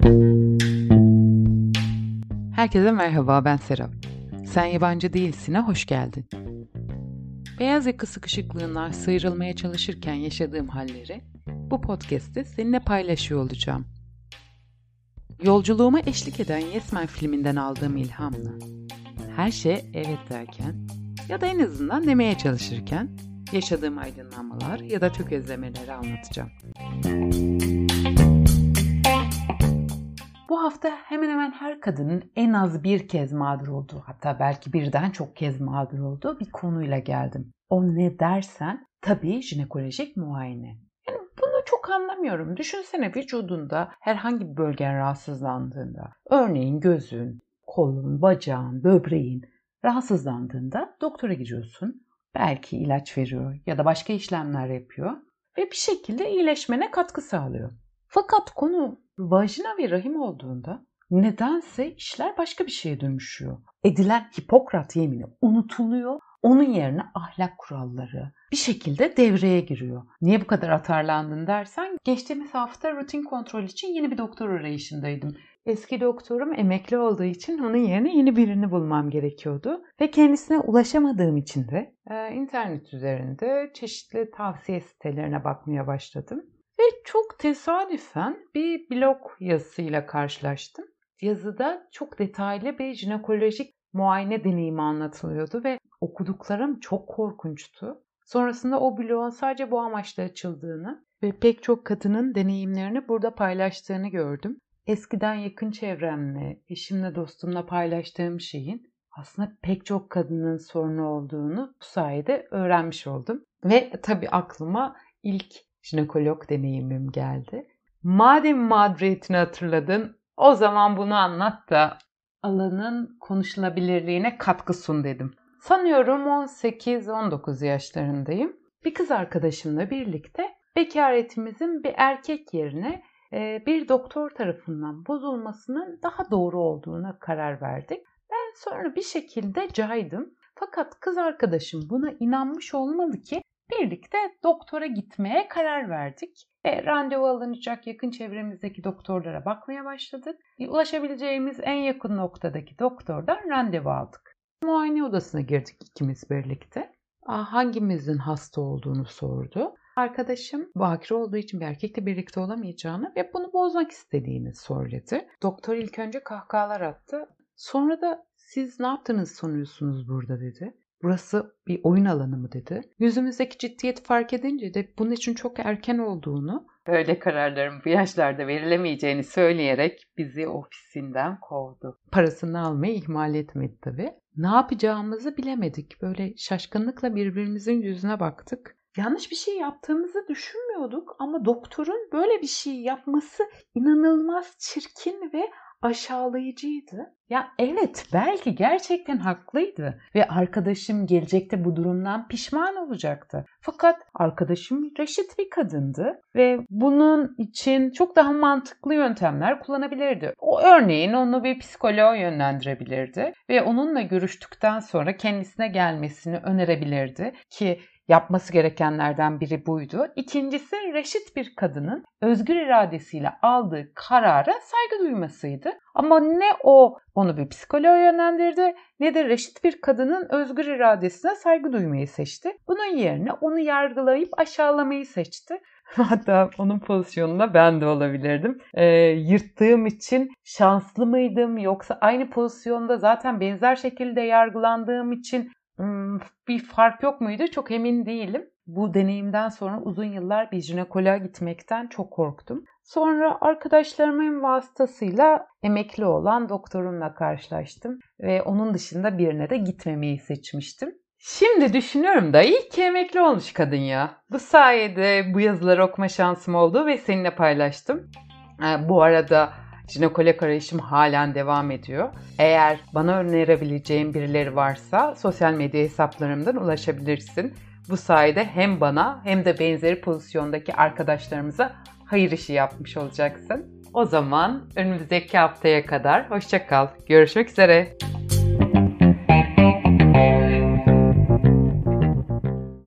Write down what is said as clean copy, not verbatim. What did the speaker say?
Herkese merhaba, ben Serap. Sen Yabancı Değilsin'e hoş geldin. Beyaz yaka sıkışıklığından sıyrılmaya çalışırken yaşadığım halleri bu podcast'te seninle paylaşıyor olacağım. Yolculuğuma eşlik eden Yes Man filminden aldığım ilhamla her şeye evet derken ya da en azından demeye çalışırken yaşadığım aydınlanmalar ya da tökezlemeleri anlatacağım. Bu hafta hemen hemen her kadının en az bir kez mağdur olduğu, hatta belki birden çok kez mağdur olduğu bir konuyla geldim. O ne dersen tabii jinekolojik muayene. Yani bunu çok anlamıyorum. Düşünsene vücudunda herhangi bir bölgen rahatsızlandığında, örneğin gözün, kolun, bacağın, böbreğin rahatsızlandığında doktora gidiyorsun. Belki ilaç veriyor ya da başka işlemler yapıyor ve bir şekilde iyileşmene katkı sağlıyor. Fakat konu vajina ve rahim olduğunda nedense işler başka bir şeye dönüşüyor. Edilen Hipokrat yemini unutuluyor. Onun yerine ahlak kuralları bir şekilde devreye giriyor. Niye bu kadar atarlandın dersen, geçtiğimiz hafta rutin kontrol için yeni bir doktor arayışındaydım. Eski doktorum emekli olduğu için onun yerine yeni birini bulmam gerekiyordu. Ve kendisine ulaşamadığım için de internet üzerinde çeşitli tavsiye sitelerine bakmaya başladım. Ve çok tesadüfen bir blog yazısıyla karşılaştım. Yazıda çok detaylı bir jinekolojik muayene deneyimi anlatılıyordu ve okuduklarım çok korkunçtu. Sonrasında o blogun sadece bu amaçla açıldığını ve pek çok kadının deneyimlerini burada paylaştığını gördüm. Eskiden yakın çevremle, eşimle, dostumla paylaştığım şeyin aslında pek çok kadının sorunu olduğunu bu sayede öğrenmiş oldum. Ve tabii aklıma ilk jinekolog deneyimim geldi. Madem mağduriyetini hatırladın, o zaman bunu anlat da alanın konuşulabilirliğine katkı sun dedim. Sanıyorum 18-19 yaşlarındayım. Bir kız arkadaşımla birlikte bekaretimizin bir erkek yerine bir doktor tarafından bozulmasının daha doğru olduğuna karar verdik. Ben sonra bir şekilde caydım. Fakat kız arkadaşım buna inanmış olmalı ki birlikte doktora gitmeye karar verdik. Randevu alınacak yakın çevremizdeki doktorlara bakmaya başladık. Ulaşabileceğimiz en yakın noktadaki doktordan randevu aldık. Muayene odasına girdik ikimiz birlikte. Hangimizin hasta olduğunu sordu. Arkadaşım bakire olduğu için bir erkekle birlikte olamayacağını ve bunu bozmak istediğini söyledi. Doktor ilk önce kahkahalar attı. Sonra da siz ne yaptığınızı sanıyorsunuz burada dedi. Burası bir oyun alanı mı dedi. Yüzümüzdeki ciddiyeti fark edince de bunun için çok erken olduğunu, böyle kararların bu yaşlarda verilemeyeceğini söyleyerek bizi ofisinden kovdu. Parasını almayı ihmal etmedi tabii. Ne yapacağımızı bilemedik. Böyle şaşkınlıkla birbirimizin yüzüne baktık. Yanlış bir şey yaptığımızı düşünmüyorduk ama doktorun böyle bir şey yapması inanılmaz çirkin ve aşağılayıcıydı. Ya evet, belki gerçekten haklıydı ve arkadaşım gelecekte bu durumdan pişman olacaktı. Fakat arkadaşım reşit bir kadındı ve bunun için çok daha mantıklı yöntemler kullanabilirdi. O örneğin onu bir psikoloğa yönlendirebilirdi ve onunla görüştükten sonra kendisine gelmesini önerebilirdi ki yapması gerekenlerden biri buydu. İkincisi, reşit bir kadının özgür iradesiyle aldığı karara saygı duymasıydı. Ama ne onu bir psikoloğa yönlendirdi ne de reşit bir kadının özgür iradesine saygı duymayı seçti. Bunun yerine onu yargılayıp aşağılamayı seçti. Hatta onun pozisyonunda ben de olabilirdim. Yırttığım için şanslı mıydım yoksa aynı pozisyonda zaten benzer şekilde yargılandığım için bir fark yok muydu? Çok emin değilim. Bu deneyimden sonra uzun yıllar bir jinekoloğa gitmekten çok korktum. Sonra arkadaşlarımın vasıtasıyla emekli olan doktorumla karşılaştım ve onun dışında birine de gitmemeyi seçmiştim. Şimdi düşünüyorum da iyi ki emekli olmuş kadın ya. Bu sayede bu yazıları okuma şansım oldu ve seninle paylaştım. Bu arada jinekolog arayışım halen devam ediyor. Eğer bana önerebileceğin birileri varsa sosyal medya hesaplarımdan ulaşabilirsin. Bu sayede hem bana hem de benzeri pozisyondaki arkadaşlarımıza hayır işi yapmış olacaksın. O zaman önümüzdeki haftaya kadar hoşça kal. Görüşmek üzere.